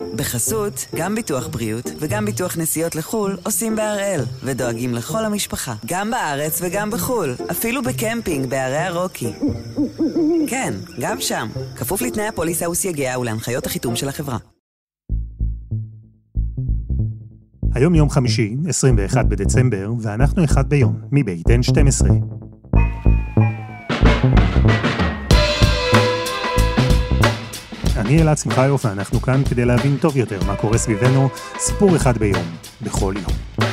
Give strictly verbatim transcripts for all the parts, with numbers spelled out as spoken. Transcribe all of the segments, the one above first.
בחסות, גם ביטוח בריאות וגם ביטוח נסיעות לחול עושים בהראל, ודואגים לכל המשפחה, גם בארץ וגם בחול, אפילו בקמפינג בערי הרוקי. כן, גם שם, כפוף לתנאי הפוליסה וסייגיה ולהנחיות החיתום של החברה. היום יום חמישי, עשרים ואחד בדצמבר, ואנחנו אחד ביום, מבית אן שתים עשרה. אני אלעד שמחיוף, ואנחנו כאן כדי להבין טוב יותר מה קורה סביבנו, סיפור אחד ביום, בכל יום.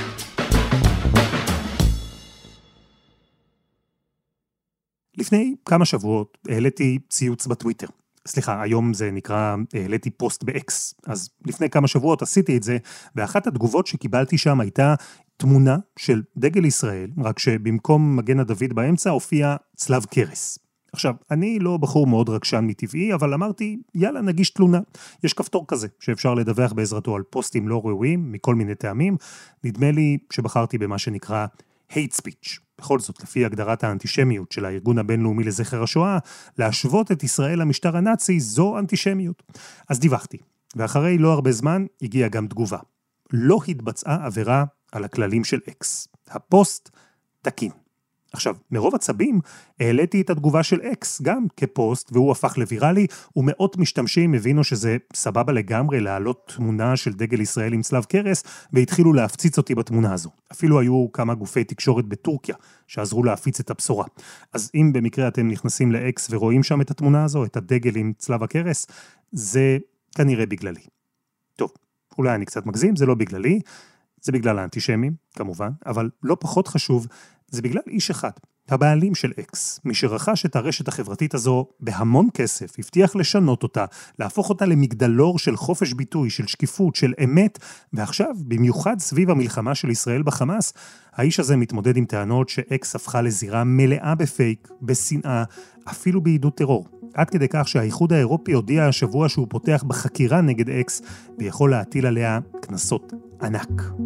לפני כמה שבועות העליתי ציוץ בטוויטר. סליחה, היום זה נקרא, העליתי פוסט ב-X. אז לפני כמה שבועות עשיתי את זה, ואחת התגובות שקיבלתי שם הייתה תמונה של דגל ישראל, רק שבמקום מגן הדוד באמצע הופיע צלב קרס. עכשיו, אני לא בחור מאוד רגשן מטבעי, אבל אמרתי, יאללה, נגיש תלונה. יש כפתור כזה, שאפשר לדווח בעזרתו על פוסטים לא ראויים, מכל מיני טעמים. נדמה לי שבחרתי במה שנקרא hate speech. בכל זאת, לפי הגדרת האנטישמיות של הארגון הבינלאומי לזכר השואה, להשוות את ישראל למשטר הנאצי זו אנטישמיות. אז דיווחתי, ואחרי לא הרבה זמן הגיעה גם תגובה. לא התבצעה עבירה על הכללים של X. הפוסט תקין. עכשיו, מרוב עצבים, העליתי את התגובה של X גם כפוסט, והוא הפך לוויראלי, ומאות משתמשים הבינו שזה סבבה לגמרי להעלות תמונה של דגל ישראל עם צלב קרס, והתחילו להפציץ אותי בתמונה הזו. אפילו היו כמה גופי תקשורת בטורקיה, שעזרו להפיץ את הבשורה. אז אם במקרה אתם נכנסים ל-X ורואים שם את התמונה הזו, את הדגל עם צלב הקרס, זה כנראה בגללי. טוב, אולי אני קצת מגזים, זה לא בגללי, זה בגלל האנטישמים, כמובן, אבל לא פחות חשוב, זה בגלל איש אחד, הבעלים של X, מי שרכש את הרשת החברתית הזו בהמון כסף, הבטיח לשנות אותה, להפוך אותה למגדלור של חופש ביטוי, של שקיפות, של אמת, ועכשיו, במיוחד סביב המלחמה של ישראל בחמאס, האיש הזה מתמודד עם טענות ש-X הפכה לזירה מלאה בפייק, בשנאה, אפילו בעידוד טרור. עד כדי כך שהאיחוד האירופי הודיע השבוע שהוא פותח בחקירה נגד X, ויכול להטיל עליה כנסות ענק.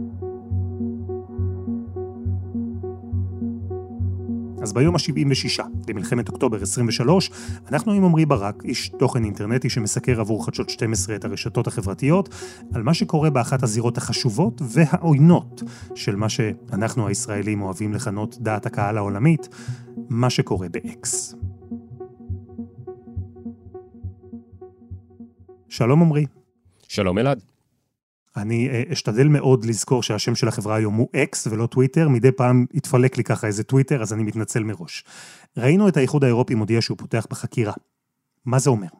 אז ביום ה-שבעים ושש למלחמת אוקטובר עשרים ושלוש, אנחנו עם עמרי ברק, איש תוכן אינטרנטי שמסקר עבור חדשות שתים עשרה את הרשתות החברתיות, על מה שקורה באחת הזירות החשובות והעוינות של מה שאנחנו הישראלים אוהבים לכנות דעת הקהל העולמית, מה שקורה ב-X. שלום עמרי. שלום אלעד. אני אשתדל מאוד לזכור שהשם של החברה היום הוא X ולא טוויטר, מדי פעם יתפלק לי ככה איזה טוויטר, אז אני מתנצל מראש. ראינו את האיחוד האירופי מודיע שהוא פותח בחקירה. מה זה אומר?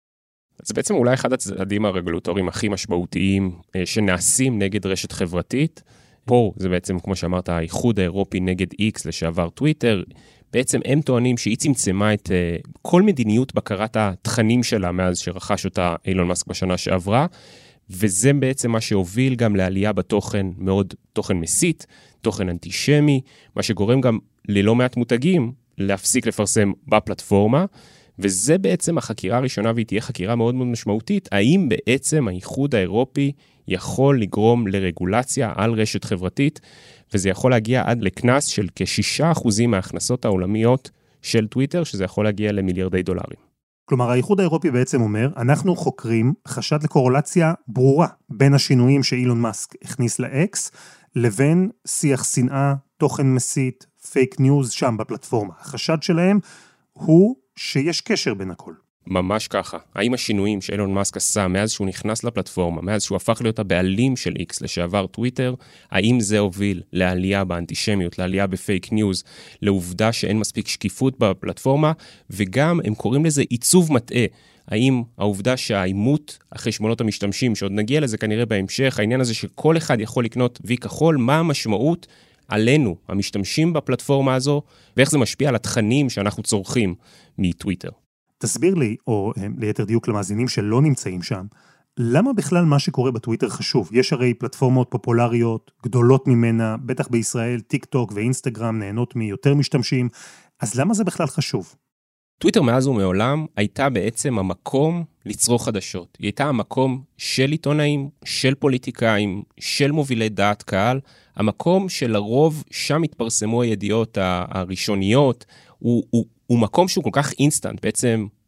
זה בעצם אולי אחד הצעדים הרגולטוריים הכי משמעותיים שנעשים נגד רשת חברתית. פה זה בעצם, כמו שאמרת, האיחוד האירופי נגד X לשעבר טוויטר. בעצם הם טוענים שהיא צמצמה את כל מדיניות בקרת התכנים שלה מאז שרכש אותה אילון מאסק בשנה שעברה. וזה בעצם מה שהוביל גם לעלייה בתוכן, מאוד תוכן מסית, תוכן אנטישמי, מה שגורם גם ללא מעט מותגים להפסיק לפרסם בפלטפורמה, וזה בעצם החקירה הראשונה, והיא תהיה חקירה מאוד מאוד משמעותית, האם בעצם האיחוד האירופי יכול לגרום לרגולציה על רשת חברתית, וזה יכול להגיע עד לכנס של כשישה אחוזים מההכנסות העולמיות של טוויטר, שזה יכול להגיע למיליארדי דולרים. כלומר, האיחוד האירופי בעצם אומר, אנחנו חוקרים חשד לקורלציה ברורה בין השינויים שאילון מאסק הכניס ל-X, לבין שיח שנאה, תוכן מסית, פייק ניוז שם בפלטפורמה. החשד שלהם הוא שיש קשר בין הכל. ממש ככה. האם השינויים שאילון מאסק עשה מאז שהוא נכנס לפלטפורמה, מאז שהוא הפך להיות הבעלים של X לשעבר טוויטר, האם זה הוביל לעלייה באנטישמיות, לעלייה בפייק ניוז, לעובדה שאין מספיק שקיפות בפלטפורמה, וגם הם קוראים לזה עיצוב מטעה. האם העובדה שהאימות החשבונות המשתמשים, שעוד נגיע לזה כנראה בהמשך, העניין הזה שכל אחד יכול לקנות וי כחול, מה המשמעות עלינו, המשתמשים בפלטפורמה הזו, ואיך זה משפיע על התכנים שאנחנו צורכים מטוויטר. תסביר לי, או ליתר דיוק למאזינים שלא נמצאים שם, למה בכלל מה שקורה בטוויטר חשוב? יש הרי פלטפורמות פופולריות, גדולות ממנה, בטח בישראל, טיק טוק ואינסטגרם נהנות מיותר משתמשים, אז למה זה בכלל חשוב? טוויטר מאז ומעולם הייתה בעצם המקום לצרוך חדשות. היא הייתה המקום של עיתונאים, של פוליטיקאים, של מובילי דעת קהל, המקום שלרוב שם התפרסמו הידיעות הראשוניות, הוא, הוא, הוא מקום שהוא כל כך אינסטנט, בעצם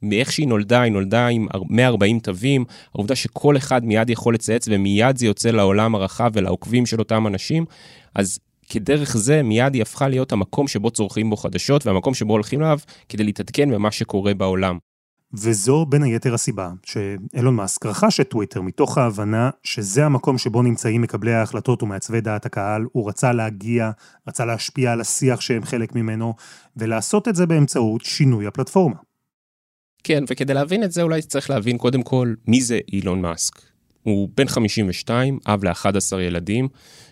מאיך שהיא נולדה, היא נולדה עם מאה וארבעים תווים, העובדה שכל אחד מיד יכול לצייץ, ומיד זה יוצא לעולם הרחב ולעוקבים של אותם אנשים, אז כדרך זה מיד היא הפכה להיות המקום שבו צורכים בו חדשות, והמקום שבו הולכים אליו כדי להתעדכן במה שקורה בעולם. וזו בין היתר הסיבה שאילון מאסק רכש את טוויטר מתוך ההבנה שזה המקום שבו נמצאים מקבלי ההחלטות ומעצבי דעת הקהל. הוא רצה להגיע, רצה להשפיע על השיח שהם חלק ממנו, ולעשות את זה באמצעות שינוי הפלטפורמה. כן, וכדי להבין את זה אולי צריך להבין קודם כל מי זה אילון מאסק. הוא בן חמישים ושתיים, אב ל-אחד עשר ילדים,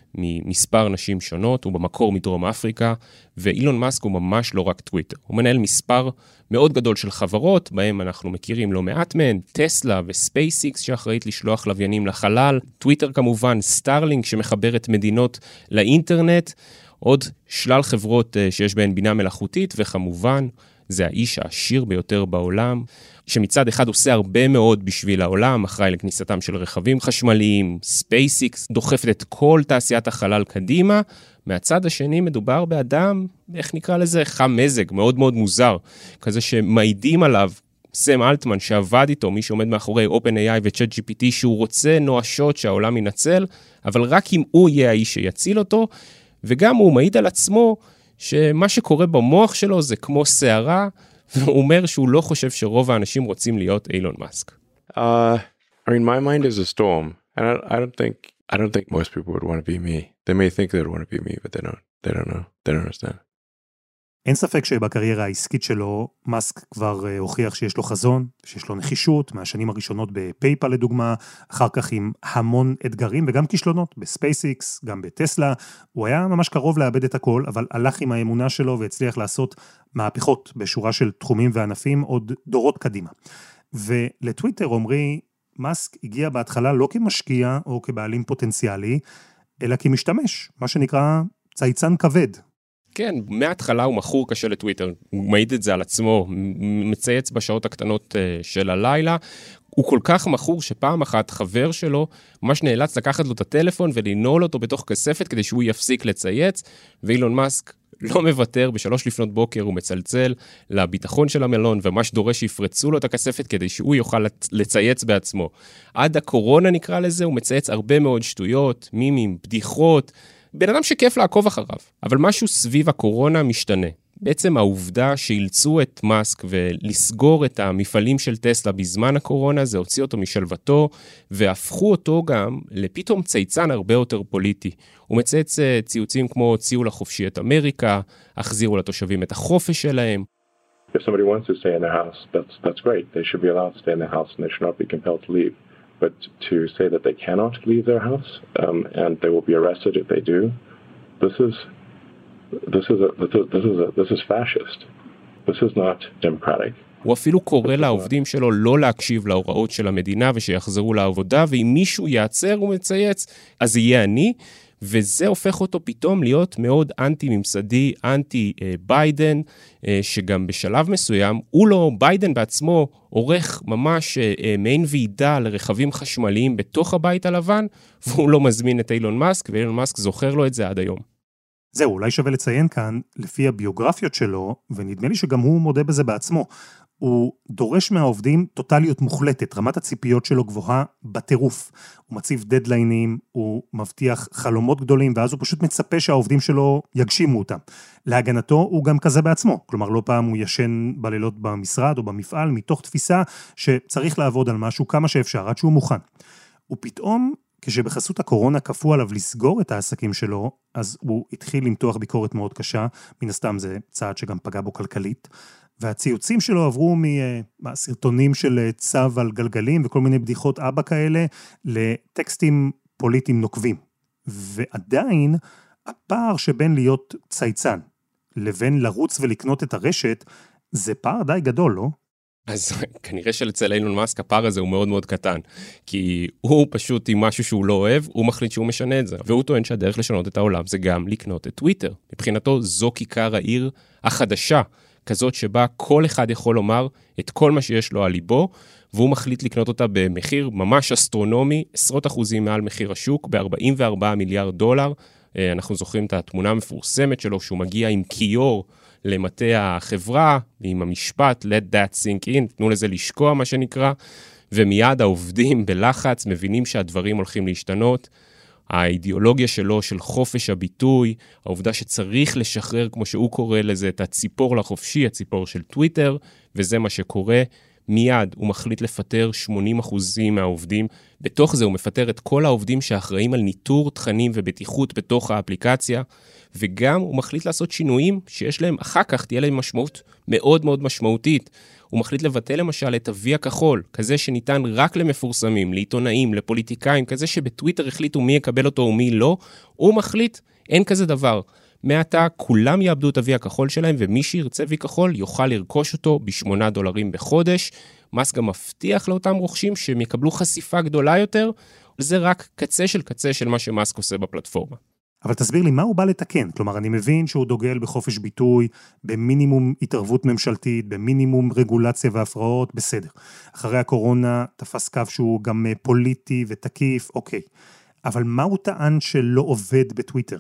ממספר נשים שונות, הוא במקור מדרום אפריקה, ואילון מאסק הוא ממש לא רק טוויטר. הוא מנהל מספר מאוד גדול של חברות, בהם אנחנו מכירים לא מעט מהן, טסלה וספייסיקס שאחראית לשלוח לוויינים לחלל, טוויטר כמובן, סטארלינק שמחברת מדינות לאינטרנט, עוד שלל חברות שיש בהן בינה מלאכותית, וכמובן זה האיש העשיר ביותר בעולם, שמצד אחד עושה הרבה מאוד בשביל העולם, אחראי לכניסתם של רכבים חשמליים, ספייסיקס, דוחפת את כל תעשיית החלל קדימה, מהצד השני מדובר באדם, איך נקרא לזה, חם מזג, מאוד מאוד מוזר, כזה שמעידים עליו, סם אלטמן שעבד איתו, מי שעומד מאחורי OpenAI ו-צ'אט ג'י פי טי, שהוא רוצה נואשות שהעולם ינצל, אבל רק אם הוא יהיה האיש שיציל אותו, וגם הוא מעיד על עצמו, שמה שקורה במוח שלו זה כמו שערה, והוא אומר שהוא לא חושב שרוב האנשים רוצים להיות אילון מאסק. Uh, I mean, my mind is a storm, and I, I don't think I don't think most people would want to be me. They may think they would want to be me, but they don't. They don't know. They don't understand. אין ספק שבקריירה העסקית שלו, מאסק כבר הוכיח שיש לו חזון, שיש לו נחישות, מהשנים הראשונות בפייפל לדוגמה, אחר כך עם המון אתגרים וגם כישלונות, בספייסיקס, גם בטסלה, הוא היה ממש קרוב לאבד את הכל, אבל הלך עם האמונה שלו והצליח לעשות מהפכות בשורה של תחומים וענפים עוד דורות קדימה. ולטוויטר אומרי, מאסק הגיע בהתחלה לא כמשקיע או כבעלים פוטנציאלי, אלא כמשתמש, מה שנקרא צייצן כבד. כן, מההתחלה הוא מכור קשה לטוויטר, הוא מעיד את זה על עצמו, מצייץ בשעות הקטנות של הלילה, הוא כל כך מכור שפעם אחת חבר שלו ממש נאלץ לקחת לו את הטלפון ולנעול אותו בתוך כספת כדי שהוא יפסיק לצייץ, ואילון מאסק לא מוותר, בשלוש לפנות בוקר הוא מצלצל לביטחון של המלון, וממש דורש שיפרצו לו את הכספת כדי שהוא יוכל לצייץ בעצמו. עד הקורונה נקרא לזה, הוא מצייץ הרבה מאוד שטויות, מימים, בדיחות, בן אדם שכיף לעקוב אחריו, אבל משהו סביב הקורונה משתנה. בעצם העובדה שאילצו את מאסק ולסגור את המפעלים של טסלה בזמן הקורונה, זה הוציא אותו משלוותו, והפכו אותו גם לפתאום צייצן הרבה יותר פוליטי. הוא מצייץ ציוצים כמו הוציאו לחופשי את אמריקה, החזירו לתושבים את החופש שלהם. If somebody wants to stay in their house, that's, that's great. They should be allowed to stay in their house and they should not be compelled to leave. But to say that they cannot leave their house um, and they will be arrested if they do, this is this is a, this is this is a, this is fascist. This is not democratic. הוא אפילו קורא לעובדים שלו לא להקשיב להוראות של המדינה ושיחזרו לעבודה, ואם מישהו יעצר ומצייץ, אז יהיה אני, וזה הופך אותו פתאום להיות מאוד אנטי-ממסדי, אנטי-ביידן, שגם בשלב מסוים, הוא לא, ביידן בעצמו, עורך ממש מעין ועידה לרכבים חשמליים בתוך הבית הלבן, והוא לא מזמין את אילון מאסק, ואילון מאסק זוכר לו את זה עד היום. זהו, אולי שווה לציין כאן, לפי הביוגרפיות שלו, ונדמה לי שגם הוא מודה בזה בעצמו, הוא דורש מהעובדים טוטליות מוחלטת, רמת הציפיות שלו גבוהה בטירוף. הוא מציב דדליינים, הוא מבטיח חלומות גדולים, ואז הוא פשוט מצפה שהעובדים שלו יגשימו אותם. להגנתו הוא גם כזה בעצמו, כלומר לא פעם הוא ישן בלילות במשרד או במפעל, מתוך תפיסה שצריך לעבוד על משהו כמה שאפשר, עד שהוא מוכן. ופתאום, כשבחסות הקורונה כפו עליו לסגור את העסקים שלו, אז הוא התחיל למתוח ביקורת מאוד קשה, מן הסתם זה צעד שגם פגע בו כלכלית, והציוצים שלו עברו מהסרטונים של צו על גלגלים וכל מיני בדיחות אבא כאלה, לטקסטים פוליטיים נוקבים. ועדיין, הפער שבין להיות צייצן, לבין לרוץ ולקנות את הרשת, זה פער די גדול, לא? אז כנראה שלצל אילון מאסק הפער הזה הוא מאוד מאוד קטן, כי הוא פשוט עם משהו שהוא לא אוהב, הוא מחליט שהוא משנה את זה, והוא טוען שהדרך לשנות את העולם זה גם לקנות את טוויטר. מבחינתו זו כיכר העיר החדשה, כזאת שבה כל אחד יכול לומר את כל מה שיש לו על ליבו, והוא מחליט לקנות אותה במחיר ממש אסטרונומי, עשרות אחוזים מעל מחיר השוק, ב-ארבעים וארבעה מיליארד דולר. אנחנו זוכרים את התמונה המפורסמת שלו, שהוא מגיע עם קיור למטה החברה, עם המשפט, let that sink in, תנו לזה לשקוע מה שנקרא, ומיד העובדים בלחץ מבינים שהדברים הולכים להשתנות, האידיאולוגיה שלו של חופש הביטוי, העובדה שצריך לשחרר, כמו שהוא קורא לזה, את הציפור לחופשי, הציפור של טוויטר, וזה מה שקורה. מיד הוא מחליט לפטר שמונים אחוזים מהעובדים. בתוך זה הוא מפטר את כל העובדים שאחראים על ניטור תכנים ובטיחות בתוך האפליקציה, וגם הוא מחליט לעשות שינויים שיש להם, אחר כך תהיה להם משמעות מאוד מאוד משמעותית. הוא מחליט לבטל למשל את אבי הכחול, כזה שניתן רק למפורסמים, לעיתונאים, לפוליטיקאים, כזה שבטוויטר החליטו מי יקבל אותו ומי לא, הוא מחליט, אין כזה דבר. מעתה כולם יאבדו את אבי הכחול שלהם, ומי שירצה אבי כחול יוכל לרכוש אותו בשמונה דולרים בחודש. מאסק גם מבטיח לאותם רוכשים שהם יקבלו חשיפה גדולה יותר, וזה רק קצה של קצה של מה שמאסק עושה בפלטפורמה. אבל תסביר לי, מה הוא בא לתקן? כלומר, אני מבין שהוא דוגל בחופש ביטוי, במינימום התערבות ממשלתית, במינימום רגולציה והפרעות, בסדר. אחרי הקורונה תפס קו שהוא גם פוליטי ותקיף, אוקיי. אבל מה הוא טען שלא עובד בטוויטר?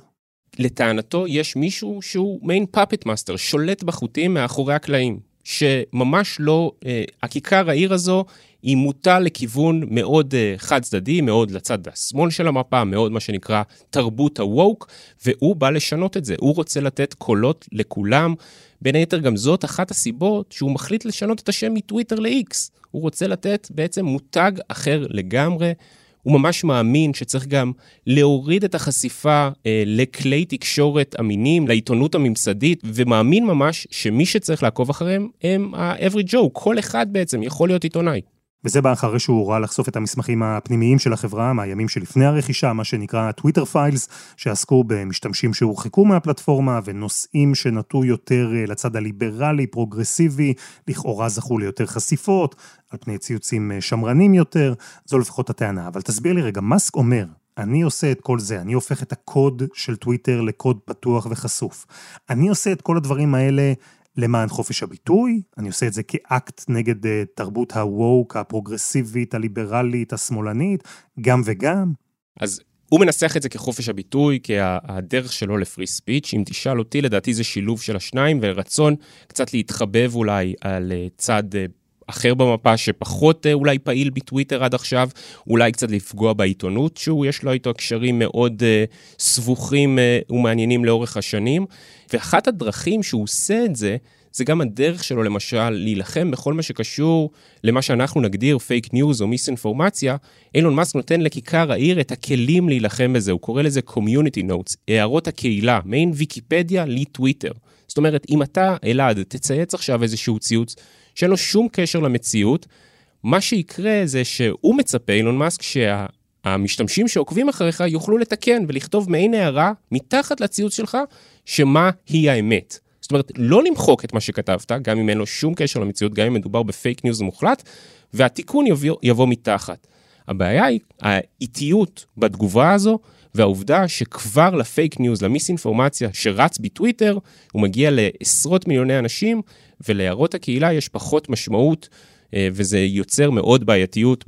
לטענתו יש מישהו שהוא מיין פאפט מאסטר, שולט בחוטים מאחורי הקלעים, שממש לא, אה, הכיכר העיר הזו היא מוטה לכיוון מאוד אה, חד צדדי, מאוד לצד השמאל של המפה, מאוד מה שנקרא תרבות הווק, והוא בא לשנות את זה, הוא רוצה לתת קולות לכולם, בין היתר גם זאת אחת הסיבות שהוא מחליט לשנות את השם מטוויטר ל-X, הוא רוצה לתת בעצם מותג אחר לגמרי, הוא ממש מאמין שצריך גם להוריד את החשיפה אה, לכלי תקשורת אמינים, לעיתונות הממסדית, ומאמין ממש שמי שצריך לעקוב אחריהם הם ה-Every Joe, כל אחד בעצם יכול להיות עיתונאי. וזה בא אחרי שהוא הוראה לחשוף את המסמכים הפנימיים של החברה, מהימים שלפני הרכישה, מה שנקרא טוויטר פיילס, שעסקו במשתמשים שהורחקו מהפלטפורמה, ונושאים שנטו יותר לצד הליברלי, פרוגרסיבי, לכאורה זכו ליותר חשיפות, על פני ציוצים שמרנים יותר, זו לפחות הטענה. אבל תסביר לי רגע, מאסק אומר, אני עושה את כל זה, אני הופך את הקוד של טוויטר לקוד פתוח וחשוף. אני עושה את כל הדברים האלה למען חופש הביטוי, אני עושה את זה כאקט נגד uh, תרבות הווק, הפרוגרסיבית, הליברלית, השמאלנית, גם וגם. אז הוא מנסח את זה כחופש הביטוי, כהדרך שלו לפרי ספיץ', אם תשאל אותי, לדעתי זה שילוב של השניים, ורצון קצת להתחבב אולי על uh, צד uh, אחר במפה, שפחות uh, אולי פעיל בטוויטר עד עכשיו, אולי קצת לפגוע בעיתונות, שהוא יש לו איתו הקשרים מאוד uh, סבוכים uh, ומעניינים לאורך השנים, ואחת הדרכים שהוא עושה את זה, זה גם הדרך שלו למשל להילחם בכל מה שקשור למה שאנחנו נגדיר פייק ניוז או מיסאינפורמציה. אילון מאסק נותן לכיכר העיר את הכלים להילחם בזה, הוא קורא לזה community notes, הערות הקהילה, מעין ויקיפדיה לטוויטר. זאת אומרת, אם אתה, אלעד, תצייץ עכשיו איזשהו ציוץ שאין לו שום קשר למציאות, מה שיקרה זה שהוא מצפה, אילון מאסק, שהמשתמשים שעוקבים אחריך יוכלו לתקן ולכתוב מעין הערה מתחת לציוץ שלך, שמה היא האמת. זאת אומרת, לא למחוק את מה שכתבת, גם אם אין לו שום קשר למציאות, גם אם מדובר בפייק ניוז מוחלט, והתיקון יבוא, יבוא מתחת. הבעיה היא האיטיות בתגובה הזו, והעובדה שכבר לפייק ניוז, למיסאינפורמציה שרץ בטוויטר, הוא מגיע לעשרות מיליוני אנשים, ולהערות הקהילה יש פחות משמעות, וזה יוצר מאוד בעייתיות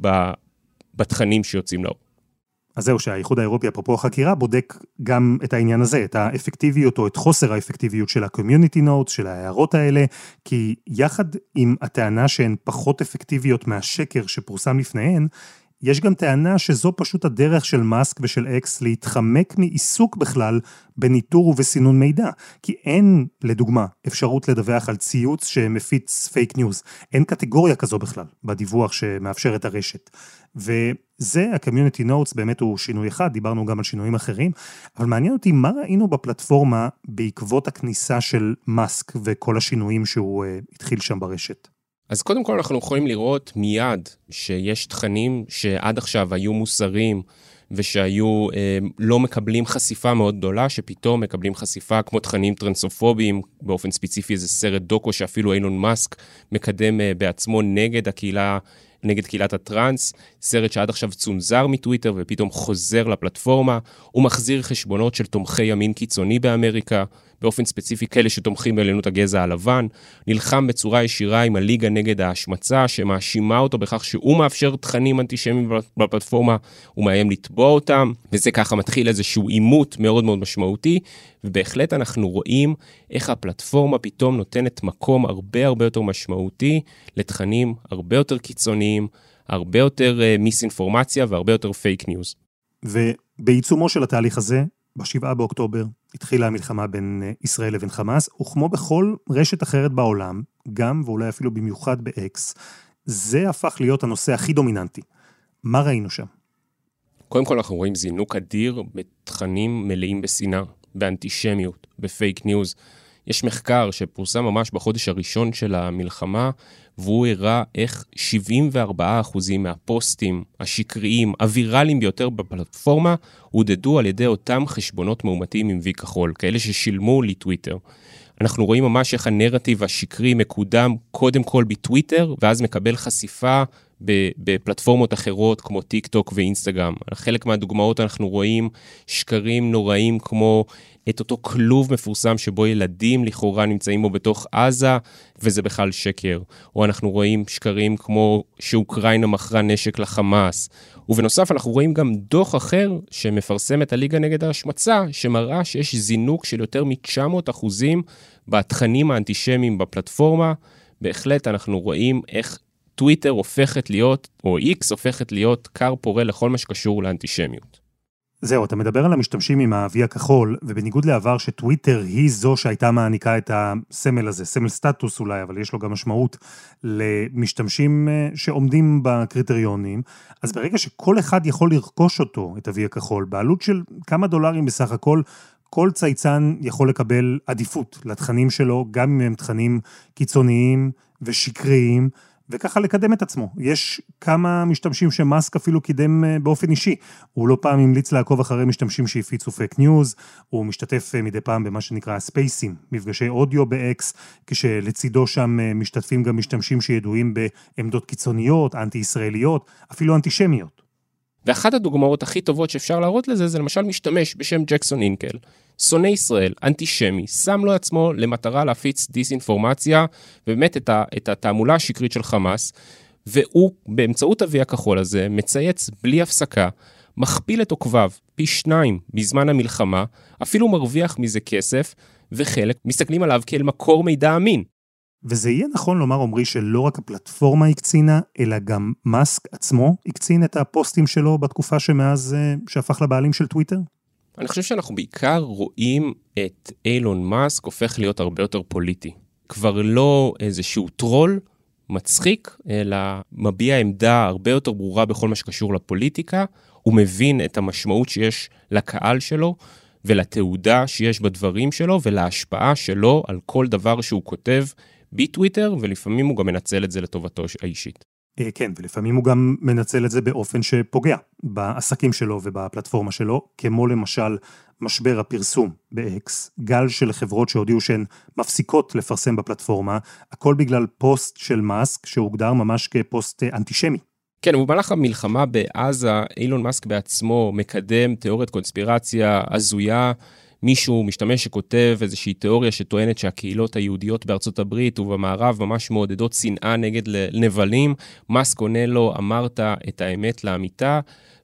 בתכנים שיוצאים לאור. אז זהו שהאיחוד האירופי, אפרופו החקירה, בודק גם את העניין הזה, את האפקטיביות או את חוסר האפקטיביות של ה-community notes, של ההערות האלה, כי יחד עם הטענה שהן פחות אפקטיביות מהשקר שפורסם לפניהן, יש גם טענה שזו פשוט הדרך של מאסק ושל אקס להתחמק מעיסוק בכלל בניטור ובסינון מידע. כי אין, לדוגמה, אפשרות לדווח על ציוץ שמפיץ פייק ניוז. אין קטגוריה כזו בכלל בדיווח שמאפשר את הרשת. וזה, ה-community notes באמת הוא שינוי אחד, דיברנו גם על שינויים אחרים, אבל מעניין אותי מה ראינו בפלטפורמה בעקבות הכניסה של מאסק וכל השינויים שהוא uh, התחיל שם ברשת. אז קודם כל אנחנו יכולים לראות מיד שיש תכנים שעד עכשיו היו מוסריים ושהיו אה, לא מקבלים חשיפה מאוד גדולה, שפתאום מקבלים חשיפה כמו תכנים טרנסופוביים, באופן ספציפי איזה סרט דוקו שאפילו אילון מאסק מקדם אה, בעצמו נגד הקהילה, נגד קהילת הטרנס, סרט שעד עכשיו צונזר מטוויטר ופתאום חוזר לפלטפורמה, הוא מחזיר חשבונות של תומכי ימין קיצוני באמריקה, באופן ספציפי כאלה שתומכים בעליונות הגזע הלבן, נלחם בצורה ישירה עם הליגה נגד ההשמצה, שמאשימה אותו בכך שהוא מאפשר תכנים אנטישמיים בפלטפורמה, הוא מאיים לתבוע אותם, וזה ככה מתחיל איזשהו עימות מאוד מאוד משמעותי, ובהחלט אנחנו רואים איך הפלטפורמה פתאום נותנת מקום הרבה הרבה יותר משמעותי לתכנים הרבה יותר קיצוניים, הרבה יותר מיסאינפורמציה והרבה יותר פייק ניוז. ובעיצומו של התהליך הזה, בשבעה באוקטובר, התחילה המלחמה בין ישראל לבין חמאס, וכמו בכל רשת אחרת בעולם, גם ואולי אפילו במיוחד באקס, זה הפך להיות הנושא הכי דומיננטי. מה ראינו שם? קודם כל אנחנו רואים זינוק אדיר בתכנים מלאים בשנאה, באנטישמיות, בפייק ניוז. יש מחקר שפורסם ממש בחודש הראשון של המלחמה, והוא הראה איך שבעים וארבעה אחוז מהפוסטים השקריים, הווירליים ביותר בפלטפורמה, הודדו על ידי אותם חשבונות מאומתים עם וי כחול, כאלה ששילמו לטוויטר. אנחנו רואים ממש איך הנרטיב השקרי מקודם קודם כל בטוויטר, ואז מקבל חשיפה בפלטפורמות אחרות כמו טיק טוק ואינסטגרם. חלק מהדוגמאות אנחנו רואים שקרים נוראים כמו את אותו כלוב מפורסם שבו ילדים לכאורה נמצאים בו בתוך עזה, וזה בכלל שקר. או אנחנו רואים שקרים כמו שאוקראינה מכרה נשק לחמאס. ובנוסף אנחנו רואים גם דוח אחר שמפרסם את הליגה נגד ההשמצה, שמראה שיש זינוק של יותר מ-תשע מאות אחוזים בתכנים האנטישמיים בפלטפורמה. בהחלט אנחנו רואים איך טוויטר הופכת להיות, או איקס הופכת להיות קר פורה לכל מה שקשור לאנטישמיות. זהו, אתה מדבר על המשתמשים עם האבי הכחול, ובניגוד לעבר שטוויטר היא זו שהייתה מעניקה את הסמל הזה, סמל סטטוס אולי, אבל יש לו גם משמעות למשתמשים שעומדים בקריטריונים, אז ברגע שכל אחד יכול לרכוש אותו, את האבי הכחול, בעלות של כמה דולרים בסך הכל, כל צייצן יכול לקבל עדיפות לתכנים שלו, גם אם הם תכנים קיצוניים ושקריים, וככה לקדם את עצמו. יש כמה משתמשים שמאסק אפילו קידם באופן אישי. הוא לא פעם המליץ לעקוב אחרי משתמשים שהפיצו פייק ניוז, הוא משתתף מדי פעם במה שנקרא ספייסים, מפגשי אודיו באקס, כשלצידו שם משתתפים גם משתמשים שידועים בעמדות קיצוניות, אנטי-ישראליות, אפילו אנטישמיות. ואחת הדוגמאות הכי טובות שאפשר להראות לזה, זה למשל משתמש בשם ג'קסון אינקל, שונא ישראל, אנטישמי, שם לו עצמו למטרה להפיץ דיסאינפורמציה, ובאמת את, ה, את התעמולה השקרית של חמאס, והוא באמצעות אבי הכחול הזה, מצייץ בלי הפסקה, מכפיל את עוקביו פי שניים בזמן המלחמה, אפילו מרוויח מזה כסף, וחלק מסתכלים עליו כאל מקור מידע אמין. וזה יהיה נכון לומר, עומרי, שלא רק הפלטפורמה הקצינה, אלא גם מאסק עצמו הקצין את הפוסטים שלו בתקופה שמאז שהפך לבעלים של טוויטר? אני חושב שאנחנו בעיקר רואים את אילון מאסק הופך להיות הרבה יותר פוליטי. כבר לא איזשהו טרול מצחיק, אלא מביע עמדה הרבה יותר ברורה בכל מה שקשור לפוליטיקה. הוא מבין את המשמעות שיש לקהל שלו, ולתעודה שיש בדברים שלו, ולהשפעה שלו על כל דבר שהוא כותב בטוויטר, ולפעמים הוא גם מנצל את זה לטובתו האישית. כן, ולפעמים הוא גם מנצל את זה באופן שפוגע בעסקים שלו ובפלטפורמה שלו, כמו למשל משבר הפרסום באקס, גל של חברות שהודיעו שהן מפסיקות לפרסם בפלטפורמה, הכל בגלל פוסט של מאסק שהוגדר ממש כפוסט אנטישמי. כן, ובמהלך המלחמה בעזה, אילון מאסק בעצמו מקדם תיאוריית קונספירציה הזויה, מישהו משתמש שכותב איזושהי תיאוריה שטוענת שהקהילות היהודיות בארצות הברית ובמערב ממש מעודדות שנאה נגד נבלים, מאסק עונה לו, אמרת את האמת לאמיתה,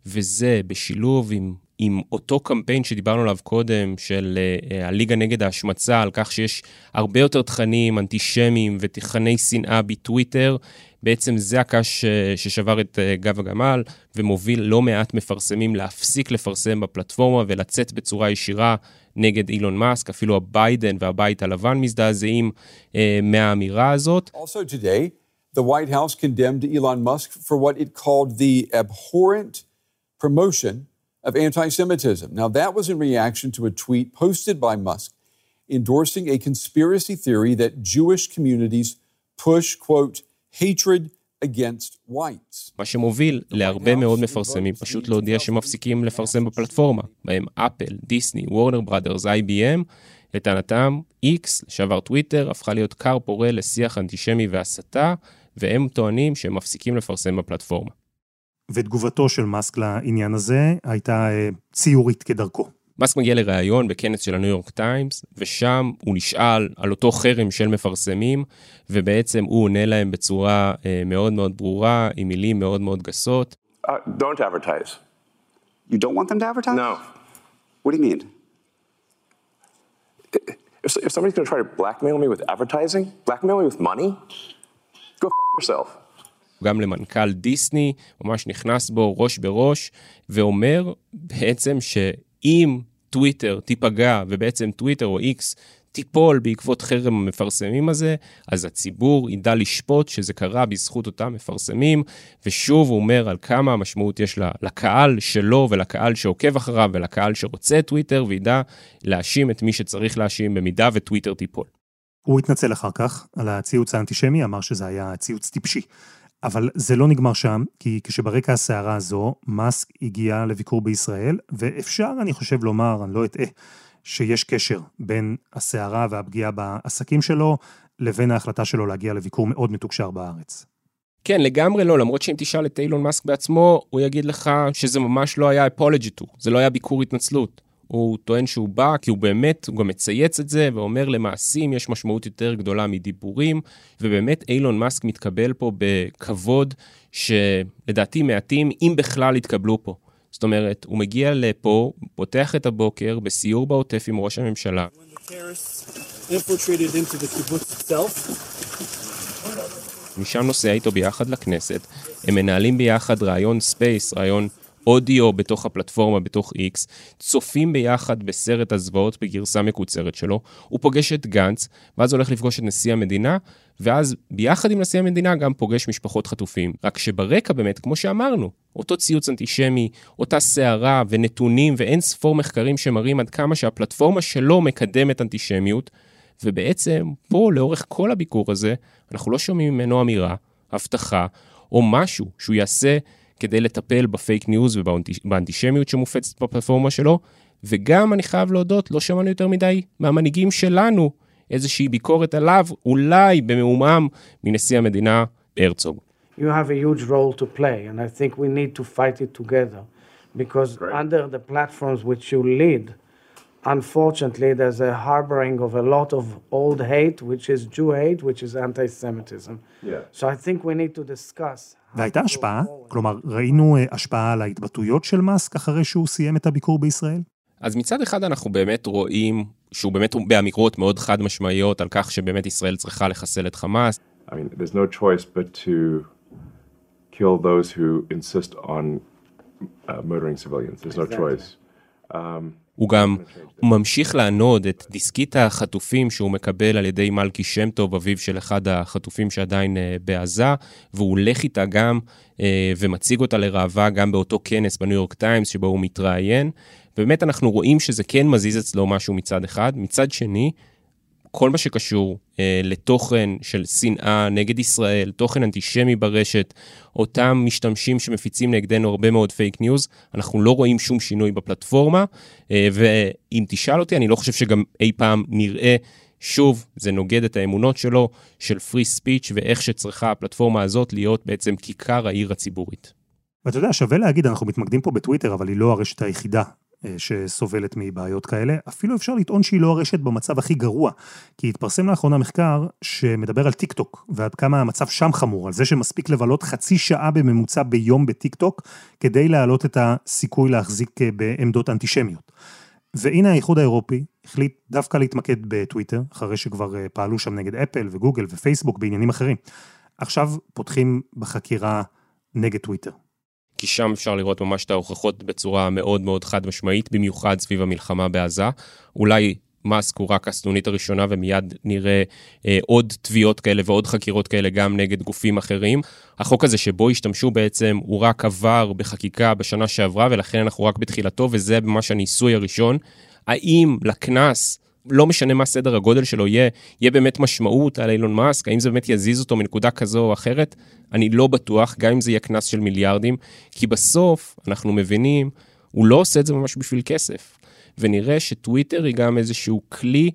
וזה בשילוב עם, עם אותו קמפיין שדיברנו עליו קודם, של uh, הליגה נגד ההשמצה, על כך שיש הרבה יותר תכנים אנטישמיים ותכני שנאה בטוויטר, בעצם זה הקש ששבר את גב הגמל, ומוביל לא מעט מפרסמים להפסיק לפרסם בפלטפורמה, ולצאת בצורה ישירה נגד אילון מאסק, אפילו הביידן והבית הלבן מזדעזעים אה, מהאמירה הזאת. Also today, the White House condemned Elon Musk for what it called the abhorrent promotion of anti-Semitism. Now that was in reaction to a tweet posted by Musk endorsing a conspiracy theory that Jewish communities push, quote, hatred against whites. מה שמוביל להרבה מאוד מפרסמים פשוט להודיע שמפסיקים לפרסם בפלטפורמה, בהם אפל, דיסני, וורנר בראדרס, איי בי אם, לטענתם, איקס, לשעבר טוויטר, הפכה להיות קר פורה לשיח אנטישמי והסתה, והם טוענים שהם מפסיקים לפרסם בפלטפורמה. ותגובתו של מאסק לעניין הזה הייתה ציורית כדרכו. מאסק מגיע לראיון בכנס של הניו יורק טיימס, ושם הוא נשאל על אותו חרם של מפרסמים, ובעצם הוא עונה להם בצורה אה, מאוד מאוד ברורה, עם מילים מאוד מאוד גסות. Uh, don't advertise. You don't want them to advertise? No. What do you mean? If, if somebody's going to try to blackmail me with advertising, blackmail me with money, go f*** yourself. גם למנכ"ל דיסני, ממש נכנס בו ראש בראש, ואומר בעצם שאם טוויטר תיפגע, ובעצם טוויטר או איקס תיפול בעקבות חרם המפרסמים הזה, אז הציבור ידע לשפוט שזה קרה בזכות אותם מפרסמים, ושוב הוא אומר על כמה המשמעות יש לקהל שלו, ולקהל שעוקב אחריו, ולקהל שרוצה טוויטר, וידע להאשים את מי שצריך להאשים במידה וטוויטר תיפול. הוא התנצל אחר כך על הציוץ האנטישמי, אמר שזה היה ציוץ טיפשי. אבל זה לא נגמר שם, כי כשברקע הסערה הזו, מאסק הגיע לביקור בישראל, ואפשר, אני חושב לומר, אני לא אטעה, שיש קשר בין הסערה והפגיעה בעסקים שלו, לבין ההחלטה שלו להגיע לביקור מאוד מתוקשר בארץ. כן, לגמרי לא, למרות שאם תשאל את אילון מאסק בעצמו, הוא יגיד לך שזה ממש לא היה apology to, זה לא היה ביקור התנצלות. הוא טוען שהוא בא, כי הוא באמת, הוא גם מצייץ את זה, ואומר למעשים יש משמעות יותר גדולה מדיבורים, ובאמת אילון מאסק מתקבל פה בכבוד, שלדעתי מעטים, אם בכלל התקבלו פה. זאת אומרת, הוא מגיע לפה, פותח את הבוקר, בסיור בעוטף עם ראש הממשלה. משם נוסע איתו ביחד לכנסת, הם מנהלים ביחד רעיון ספייס, רעיון אודיו בתוך הפלטפורמה, בתוך X, צופים ביחד בסרט הזוועות בגרסה מקוצרת שלו, הוא פוגש את גנץ, ואז הולך לפגוש את נשיא המדינה, ואז ביחד עם נשיא המדינה גם פוגש משפחות חטופים. רק שברקע באמת, כמו שאמרנו, אותו ציוץ אנטישמי, אותה שערה ונתונים ואין ספור מחקרים שמראים עד כמה שהפלטפורמה שלו מקדמת אנטישמיות, ובעצם פה לאורך כל הביקור הזה, אנחנו לא שומעים ממנו אמירה, הבטחה, או משהו שהוא יעשה כדי לטפל בפייק ניוז ובאנטישמיות שמופצת בפלטפורמה שלו, וגם אני חייב להודות, לא שמענו יותר מדי מהמנהיגים שלנו איזושהי ביקורת עליו, אולי במאומם מנשיא המדינה הרצוג. You have a huge role to play, and I think we need to fight it together, because Great. under the platforms which you lead, unfortunately, there's a harboring of a lot of old hate, which is Jew hate, which is anti-Semitism. Yeah. So I think we need to discuss. והייתה השפעה? כלומר, ראינו השפעה על ההתבטאויות של מאסק אחרי שהוא סיים את הביקור בישראל? אז מצד אחד אנחנו באמת רואים שהוא באמת באמירות מאוד חד משמעיות על כך שבאמת ישראל צריכה לחסל את חמאס. I mean, there's no choice but to kill those who insist on uh, murdering civilians. There's no choice. Um, הוא גם ממשיך לענוד את דיסקית החטופים שהוא מקבל על ידי מלכי שם טוב, אביו של אחד החטופים שעדיין בעזה, והוא הולך איתה גם ומציג אותה לראווה גם באותו כנס בניו יורק טיימס שבו הוא מתראיין. באמת אנחנו רואים שזה כן מזיז אצלו משהו מצד אחד. מצד שני, כל מה שקשור אה, לתוכן של שנאה נגד ישראל, תוכן אנטישמי ברשת, אותם משתמשים שמפיצים נגדנו הרבה מאוד פייק ניוז, אנחנו לא רואים שום שינוי בפלטפורמה, אה, ואם תשאל אותי, אני לא חושב שגם אי פעם נראה, שוב, זה נוגד את האמונות שלו, של פרי ספיץ' ואיך שצריכה הפלטפורמה הזאת להיות בעצם כיכר העיר הציבורית. ואתה יודע, שווה להגיד, אנחנו מתמקדים פה בטוויטר, אבל היא לא הרשת היחידה שסובלת מבעיות כאלה. אפילו אפשר לטעון שהיא לא הרשת במצב הכי גרוע, כי התפרסם לאחרונה מחקר שמדבר על טיק טוק, ועד כמה המצב שם חמור, על זה שמספיק לבלות חצי שעה בממוצע ביום בטיק טוק, כדי להעלות את הסיכוי להחזיק בעמדות אנטישמיות. והנה האיחוד האירופי החליט דווקא להתמקד בטוויטר, אחרי שכבר פעלו שם נגד אפל וגוגל ופייסבוק בעניינים אחרים. עכשיו פותחים בחקירה נגד טוויטר. כי שם אפשר לראות ממש את ההוכחות בצורה מאוד מאוד חד משמעית, במיוחד סביב המלחמה בעזה. אולי מאסק הוא רק הסנונית הראשונה, ומיד נראה אה, עוד תביעות כאלה ועוד חקירות כאלה גם נגד גופים אחרים. החוק הזה שבו השתמשו בעצם, הוא רק עבר בחקיקה בשנה שעברה, ולכן אנחנו רק בתחילתו, וזה ממש הניסוי הראשון. האם לכנס, לא משנה מה סדר הגודל שלו יהיה, יהיה באמת משמעות על אילון מאסק, האם זה באמת יזיז אותו מנקודה כזו או אחרת? אני לא בטוח, גם אם זה יהיה כנס של מיליארדים, כי בסוף אנחנו מבינים, הוא לא עושה את זה ממש בשביל כסף. ונראה שטוויטר היא גם איזשהו כלי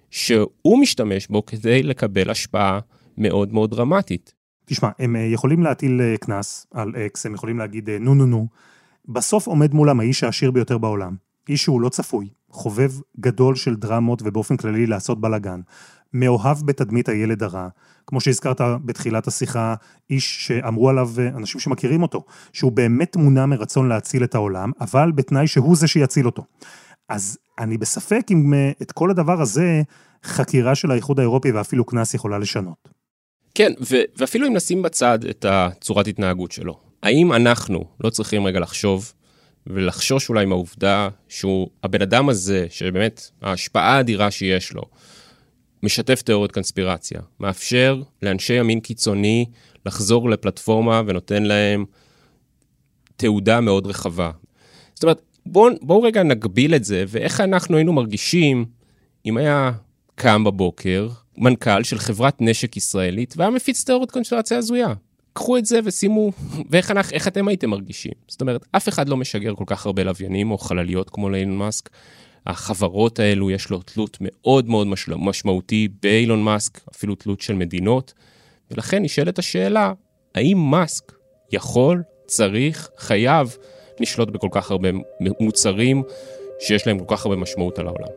שהוא משתמש בו כדי לקבל השפעה מאוד מאוד דרמטית. תשמע, הם יכולים להטיל כנס על אקס, הם יכולים להגיד נו נו נו, בסוף עומד מולם האיש העשיר ביותר בעולם, איש שהוא לא צפוי, חובב גדול של דרמות ובאופן כללי לעשות בלגן, מאוהב בתדמית הילד הרע, כמו שהזכרת בתחילת השיחה, איש שאמרו עליו אנשים שמכירים אותו, שהוא באמת מונע מרצון להציל את העולם, אבל בתנאי שהוא זה שיציל אותו. אז אני בספק אם את כל הדבר הזה, חקירה של האיחוד האירופי ואפילו כנס יכולה לשנות. כן, ו- ואפילו אם נשים בצד את הצורת התנהגות שלו, האם אנחנו לא צריכים רגע לחשוב, ולחשוש אולי מהעובדה שהוא, הבן אדם הזה, שבאמת ההשפעה האדירה שיש לו, משתף תיאוריות קונספירציה, מאפשר לאנשי ימין קיצוני לחזור לפלטפורמה ונותן להם תעודה מאוד רחבה. זאת אומרת, בואו בוא רגע נגביל את זה, ואיך אנחנו היינו מרגישים אם היה קם בבוקר מנכ"ל של חברת נשק ישראלית, והיה מפיץ תיאוריות קונספירציה הזויה. קחו את זה ושימו, ואיך אנחנו, איך אתם הייתם מרגישים? זאת אומרת, אף אחד לא משגר כל כך הרבה לוויינים או חלליות כמו לאילון מאסק. החברות האלו יש לו תלות מאוד מאוד משמעותי באילון מאסק, אפילו תלות של מדינות, ולכן נשאלת השאלה, האם מאסק יכול, צריך, חייב לשלוט בכל כך הרבה מוצרים שיש להם כל כך הרבה משמעות על העולם?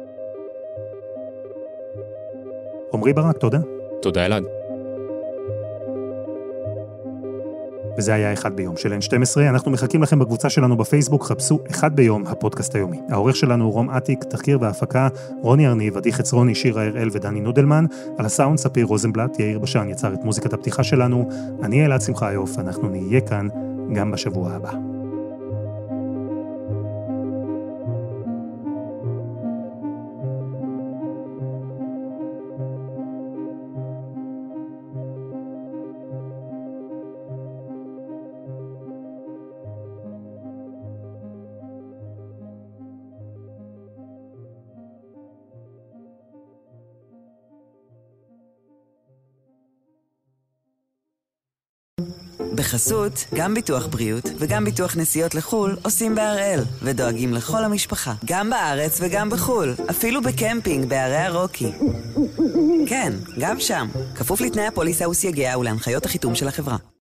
עמרי ברק, תודה. תודה אלעד. וזה היה אחד ביום של אן שתים עשרה, אנחנו מחכים לכם בקבוצה שלנו בפייסבוק, חפשו אחד ביום הפודקאסט היומי. העורך שלנו הוא רום עתיק, תחקיר והפקה, רוני ארניב, עדי חצרוני, שירה הראל ודני נודלמן, על הסאונד ספיר רוזנבלט, יאיר בשן יצר את מוזיקת הפתיחה שלנו, אני אלעד שמחיוף, אנחנו נהיה כאן גם בשבוע הבא. בחסות, גם ביטוח בריאות וגם ביטוח נסיעות לחול עושים בהראל ודואגים לכל המשפחה, גם בארץ וגם בחול, אפילו בקמפינג בערי הרוקי. כן, גם שם, כפוף לתנאי הפוליסה וסייגיה ולהנחיות החיתום של החברה.